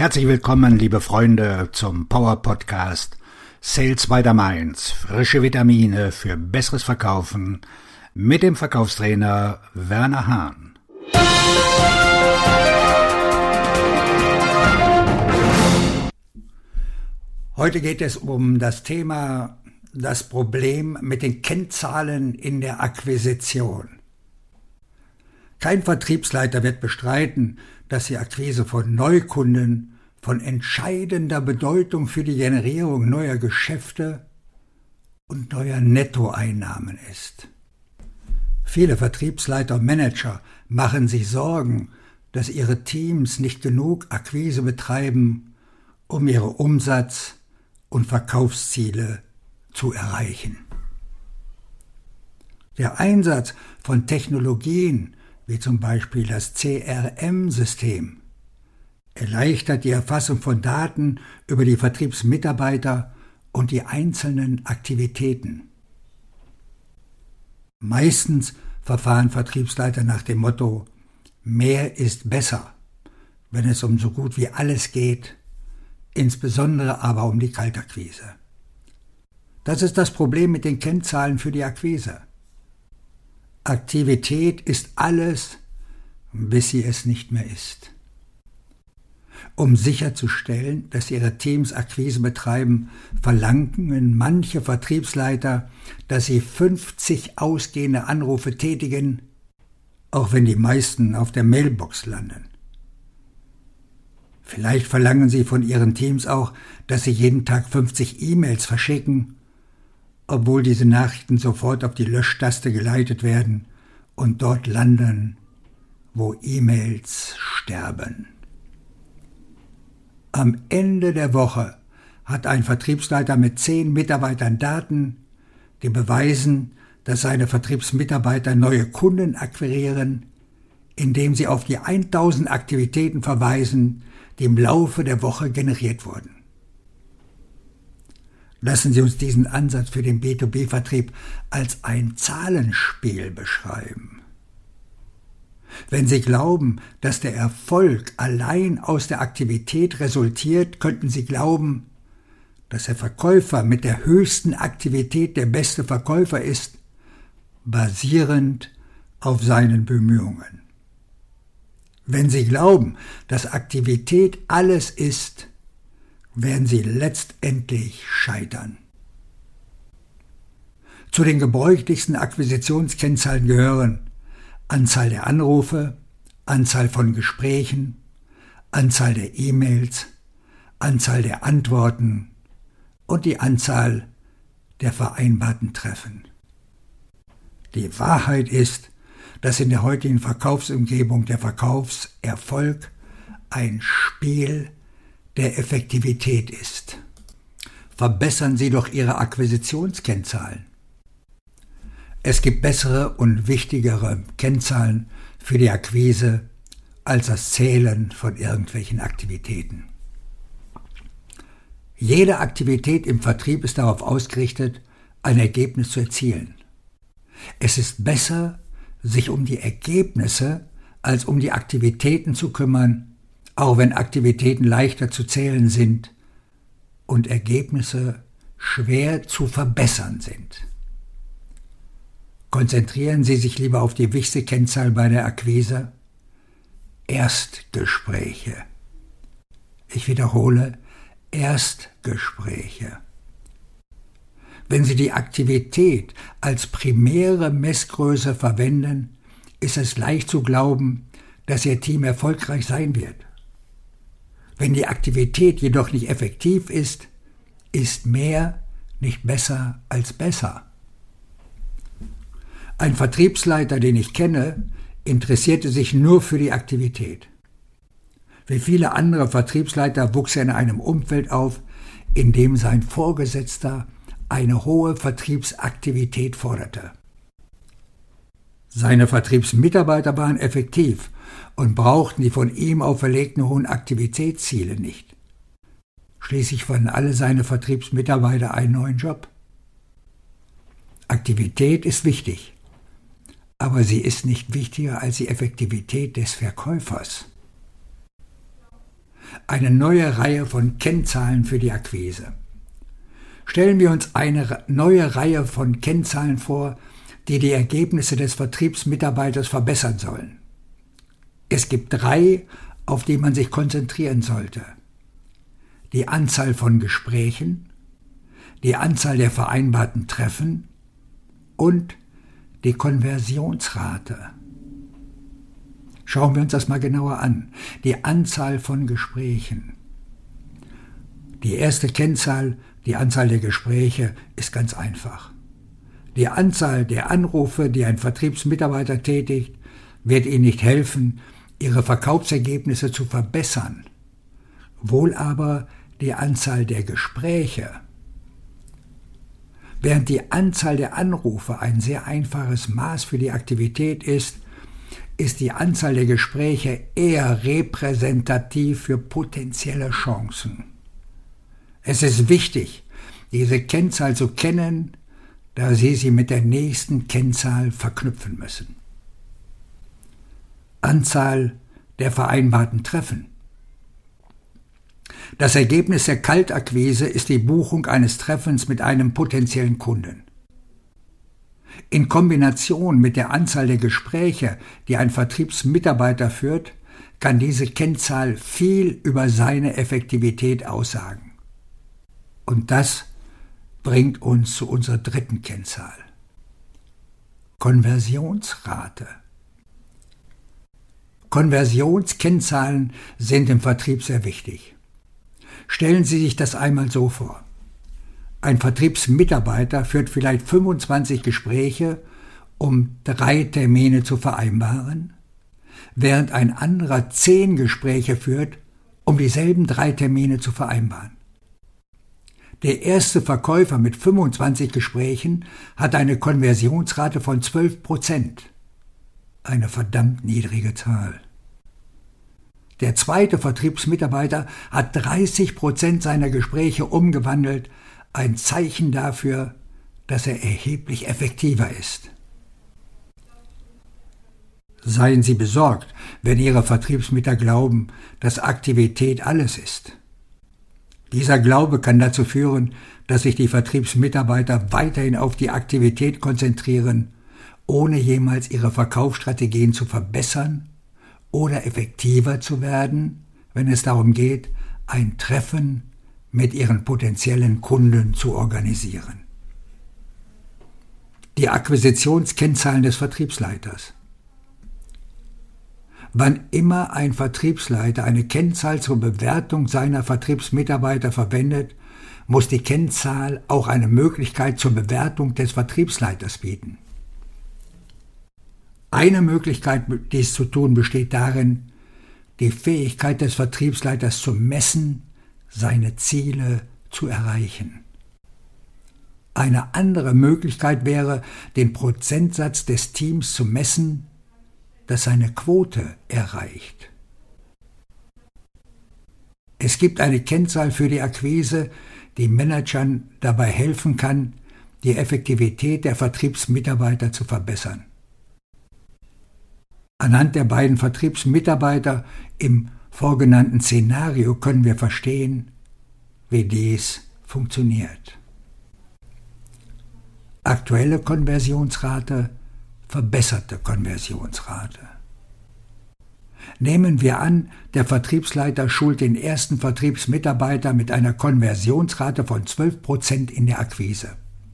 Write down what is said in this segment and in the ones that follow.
Herzlich willkommen, liebe Freunde, zum Power Podcast Sales by the Mainz. Frische Vitamine für besseres Verkaufen mit dem Verkaufstrainer Werner Hahn. Heute geht es um das Thema, das Problem mit den Kennzahlen in der Akquisition. Kein Vertriebsleiter wird bestreiten, dass die Akquise von Neukunden von entscheidender Bedeutung für die Generierung neuer Geschäfte und neuer Nettoeinnahmen ist. Viele Vertriebsleiter und Manager machen sich Sorgen, dass ihre Teams nicht genug Akquise betreiben, um ihre Umsatz- und Verkaufsziele zu erreichen. Der Einsatz von Technologien wie zum Beispiel das CRM-System, erleichtert die Erfassung von Daten über die Vertriebsmitarbeiter und die einzelnen Aktivitäten. Meistens verfahren Vertriebsleiter nach dem Motto: mehr ist besser, wenn es um so gut wie alles geht, insbesondere aber um die Kaltakquise. Das ist das Problem mit den Kennzahlen für die Akquise. Aktivität ist alles, bis sie es nicht mehr ist. Um sicherzustellen, dass ihre Teams Akquise betreiben, verlangen manche Vertriebsleiter, dass sie 50 ausgehende Anrufe tätigen, auch wenn die meisten auf der Mailbox landen. Vielleicht verlangen sie von ihren Teams auch, dass sie jeden Tag 50 E-Mails verschicken, obwohl diese Nachrichten sofort auf die Löschtaste geleitet werden und dort landen, wo E-Mails sterben. Am Ende der Woche hat ein Vertriebsleiter mit 10 Mitarbeitern Daten, die beweisen, dass seine Vertriebsmitarbeiter neue Kunden akquirieren, indem sie auf die 1000 Aktivitäten verweisen, die im Laufe der Woche generiert wurden. Lassen Sie uns diesen Ansatz für den B2B-Vertrieb als ein Zahlenspiel beschreiben. Wenn Sie glauben, dass der Erfolg allein aus der Aktivität resultiert, könnten Sie glauben, dass der Verkäufer mit der höchsten Aktivität der beste Verkäufer ist, basierend auf seinen Bemühungen. Wenn Sie glauben, dass Aktivität alles ist, werden Sie letztendlich scheitern. Zu den gebräuchlichsten Akquisitionskennzahlen gehören Anzahl der Anrufe, Anzahl von Gesprächen, Anzahl der E-Mails, Anzahl der Antworten und die Anzahl der vereinbarten Treffen. Die Wahrheit ist, dass in der heutigen Verkaufsumgebung der Verkaufserfolg ein Spiel der Effektivität ist. Verbessern Sie doch Ihre Akquisitionskennzahlen. Es gibt bessere und wichtigere Kennzahlen für die Akquise als das Zählen von irgendwelchen Aktivitäten. Jede Aktivität im Vertrieb ist darauf ausgerichtet, ein Ergebnis zu erzielen. Es ist besser, sich um die Ergebnisse als um die Aktivitäten zu kümmern, auch wenn Aktivitäten leichter zu zählen sind und Ergebnisse schwer zu verbessern sind. Konzentrieren Sie sich lieber auf die wichtigste Kennzahl bei der Akquise: Erstgespräche. Ich wiederhole, Erstgespräche. Wenn Sie die Aktivität als primäre Messgröße verwenden, ist es leicht zu glauben, dass Ihr Team erfolgreich sein wird. Wenn die Aktivität jedoch nicht effektiv ist, ist mehr nicht besser als besser. Ein Vertriebsleiter, den ich kenne, interessierte sich nur für die Aktivität. Wie viele andere Vertriebsleiter wuchs er in einem Umfeld auf, in dem sein Vorgesetzter eine hohe Vertriebsaktivität forderte. Seine Vertriebsmitarbeiter waren effektiv und brauchten die von ihm auferlegten hohen Aktivitätsziele nicht. Schließlich fanden alle seine Vertriebsmitarbeiter einen neuen Job. Aktivität ist wichtig, aber sie ist nicht wichtiger als die Effektivität des Verkäufers. eine neue Reihe von Kennzahlen für die Akquise. Stellen wir uns eine neue Reihe von Kennzahlen vor, die die Ergebnisse des Vertriebsmitarbeiters verbessern sollen. Es gibt 3, auf die man sich konzentrieren sollte: die Anzahl von Gesprächen, die Anzahl der vereinbarten Treffen und die Konversionsrate. Schauen wir uns das mal genauer an. Die Anzahl von Gesprächen. Die erste Kennzahl, die Anzahl der Gespräche, ist ganz einfach. Die Anzahl der Anrufe, die ein Vertriebsmitarbeiter tätigt, wird Ihnen nicht helfen, Ihre Verkaufsergebnisse zu verbessern. Wohl aber die Anzahl der Gespräche. Während die Anzahl der Anrufe ein sehr einfaches Maß für die Aktivität ist die Anzahl der Gespräche eher repräsentativ für potenzielle Chancen. Es ist wichtig, diese Kennzahl zu kennen, da Sie sie mit der nächsten Kennzahl verknüpfen müssen. Anzahl der vereinbarten Treffen. Das Ergebnis der Kaltakquise ist die Buchung eines Treffens mit einem potenziellen Kunden. In Kombination mit der Anzahl der Gespräche, die ein Vertriebsmitarbeiter führt, kann diese Kennzahl viel über seine Effektivität aussagen. Und das bringt uns zu unserer dritten Kennzahl: Konversionsrate. Konversionskennzahlen sind im Vertrieb sehr wichtig. Stellen Sie sich das einmal so vor. Ein Vertriebsmitarbeiter führt vielleicht 25 Gespräche, um 3 Termine zu vereinbaren, während ein anderer 10 Gespräche führt, um dieselben 3 Termine zu vereinbaren. Der erste Verkäufer mit 25 Gesprächen hat eine Konversionsrate von 12%. Eine verdammt niedrige Zahl. Der zweite Vertriebsmitarbeiter hat 30% seiner Gespräche umgewandelt, ein Zeichen dafür, dass er erheblich effektiver ist. Seien Sie besorgt, wenn Ihre Vertriebsmitarbeiter glauben, dass Aktivität alles ist. Dieser Glaube kann dazu führen, dass sich die Vertriebsmitarbeiter weiterhin auf die Aktivität konzentrieren, ohne jemals ihre Verkaufsstrategien zu verbessern oder effektiver zu werden, wenn es darum geht, ein Treffen mit ihren potenziellen Kunden zu organisieren. Die Akquisitionskennzahlen des Vertriebsleiters. Wann immer ein Vertriebsleiter eine Kennzahl zur Bewertung seiner Vertriebsmitarbeiter verwendet, muss die Kennzahl auch eine Möglichkeit zur Bewertung des Vertriebsleiters bieten. Eine Möglichkeit, dies zu tun, besteht darin, die Fähigkeit des Vertriebsleiters zu messen, seine Ziele zu erreichen. Eine andere Möglichkeit wäre, den Prozentsatz des Teams zu messen, das seine Quote erreicht. Es gibt eine Kennzahl für die Akquise, die Managern dabei helfen kann, die Effektivität der Vertriebsmitarbeiter zu verbessern. Anhand der beiden Vertriebsmitarbeiter im vorgenannten Szenario können wir verstehen, wie dies funktioniert. Aktuelle Konversionsrate, verbesserte Konversionsrate. Nehmen wir an, der Vertriebsleiter schult den ersten Vertriebsmitarbeiter mit einer Konversionsrate von 12% in der Akquise.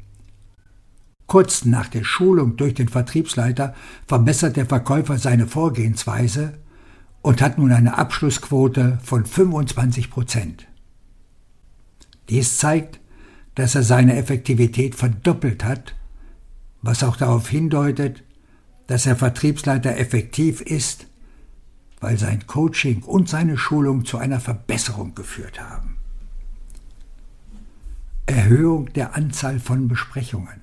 Kurz nach der Schulung durch den Vertriebsleiter verbessert der Verkäufer seine Vorgehensweise und hat nun eine Abschlussquote von 25%. Dies zeigt, dass er seine Effektivität verdoppelt hat, was auch darauf hindeutet, dass der Vertriebsleiter effektiv ist, weil sein Coaching und seine Schulung zu einer Verbesserung geführt haben. Erhöhung der Anzahl von Besprechungen.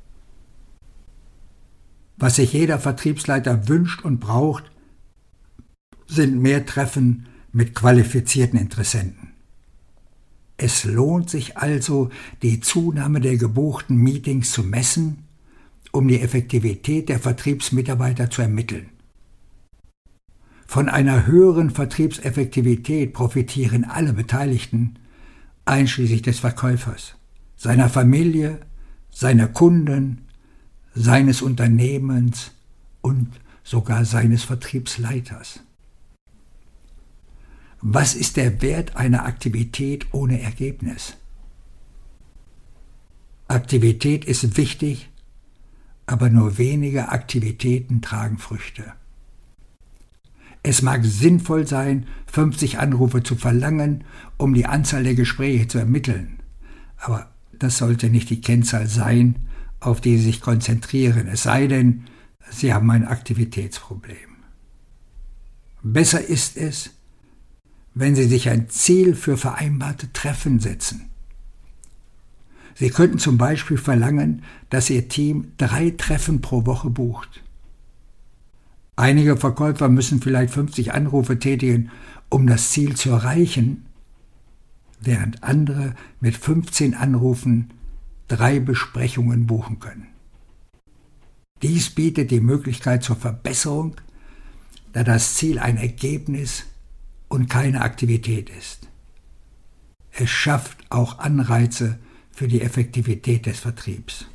Was sich jeder Vertriebsleiter wünscht und braucht, sind mehr Treffen mit qualifizierten Interessenten. Es lohnt sich also, die Zunahme der gebuchten Meetings zu messen, um die Effektivität der Vertriebsmitarbeiter zu ermitteln. Von einer höheren Vertriebseffektivität profitieren alle Beteiligten, einschließlich des Verkäufers, seiner Familie, seiner Kunden, seines Unternehmens und sogar seines Vertriebsleiters. Was ist der Wert einer Aktivität ohne Ergebnis? Aktivität ist wichtig, aber nur wenige Aktivitäten tragen Früchte. Es mag sinnvoll sein, 50 Anrufe zu verlangen, um die Anzahl der Gespräche zu ermitteln, aber das sollte nicht die Kennzahl sein, auf die Sie sich konzentrieren, es sei denn, Sie haben ein Aktivitätsproblem. Besser ist es, wenn Sie sich ein Ziel für vereinbarte Treffen setzen. Sie könnten zum Beispiel verlangen, dass Ihr Team 3 Treffen pro Woche bucht. Einige Verkäufer müssen vielleicht 50 Anrufe tätigen, um das Ziel zu erreichen, während andere mit 15 Anrufen 3 Besprechungen buchen können. Dies bietet die Möglichkeit zur Verbesserung, da das Ziel ein Ergebnis und keine Aktivität ist. Es schafft auch Anreize für die Effektivität des Vertriebs.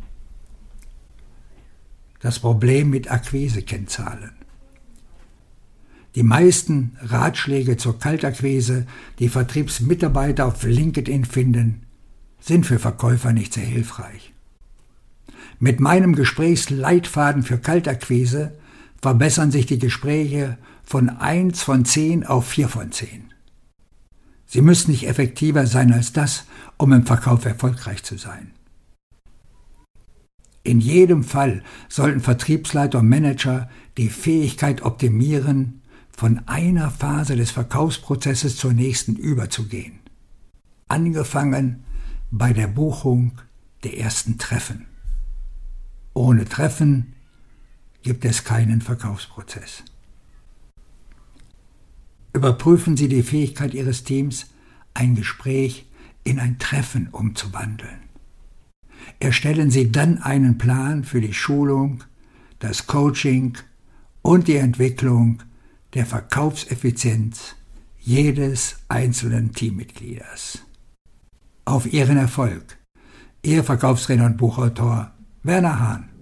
Das Problem mit Akquisekennzahlen. Die meisten Ratschläge zur Kaltakquise, die Vertriebsmitarbeiter auf LinkedIn finden, sind für Verkäufer nicht sehr hilfreich. Mit meinem Gesprächsleitfaden für Kaltakquise verbessern sich die Gespräche von 1 von 10 auf 4 von 10. Sie müssen nicht effektiver sein als das, um im Verkauf erfolgreich zu sein. In jedem Fall sollten Vertriebsleiter und Manager die Fähigkeit optimieren, von einer Phase des Verkaufsprozesses zur nächsten überzugehen. Angefangen bei der Buchung der ersten Treffen. Ohne Treffen gibt es keinen Verkaufsprozess. Überprüfen Sie die Fähigkeit Ihres Teams, ein Gespräch in ein Treffen umzuwandeln. Erstellen Sie dann einen Plan für die Schulung, das Coaching und die Entwicklung der Verkaufseffizienz jedes einzelnen Teammitglieders. Auf Ihren Erfolg. Ihr Verkaufstrainer und Buchautor Werner Hahn.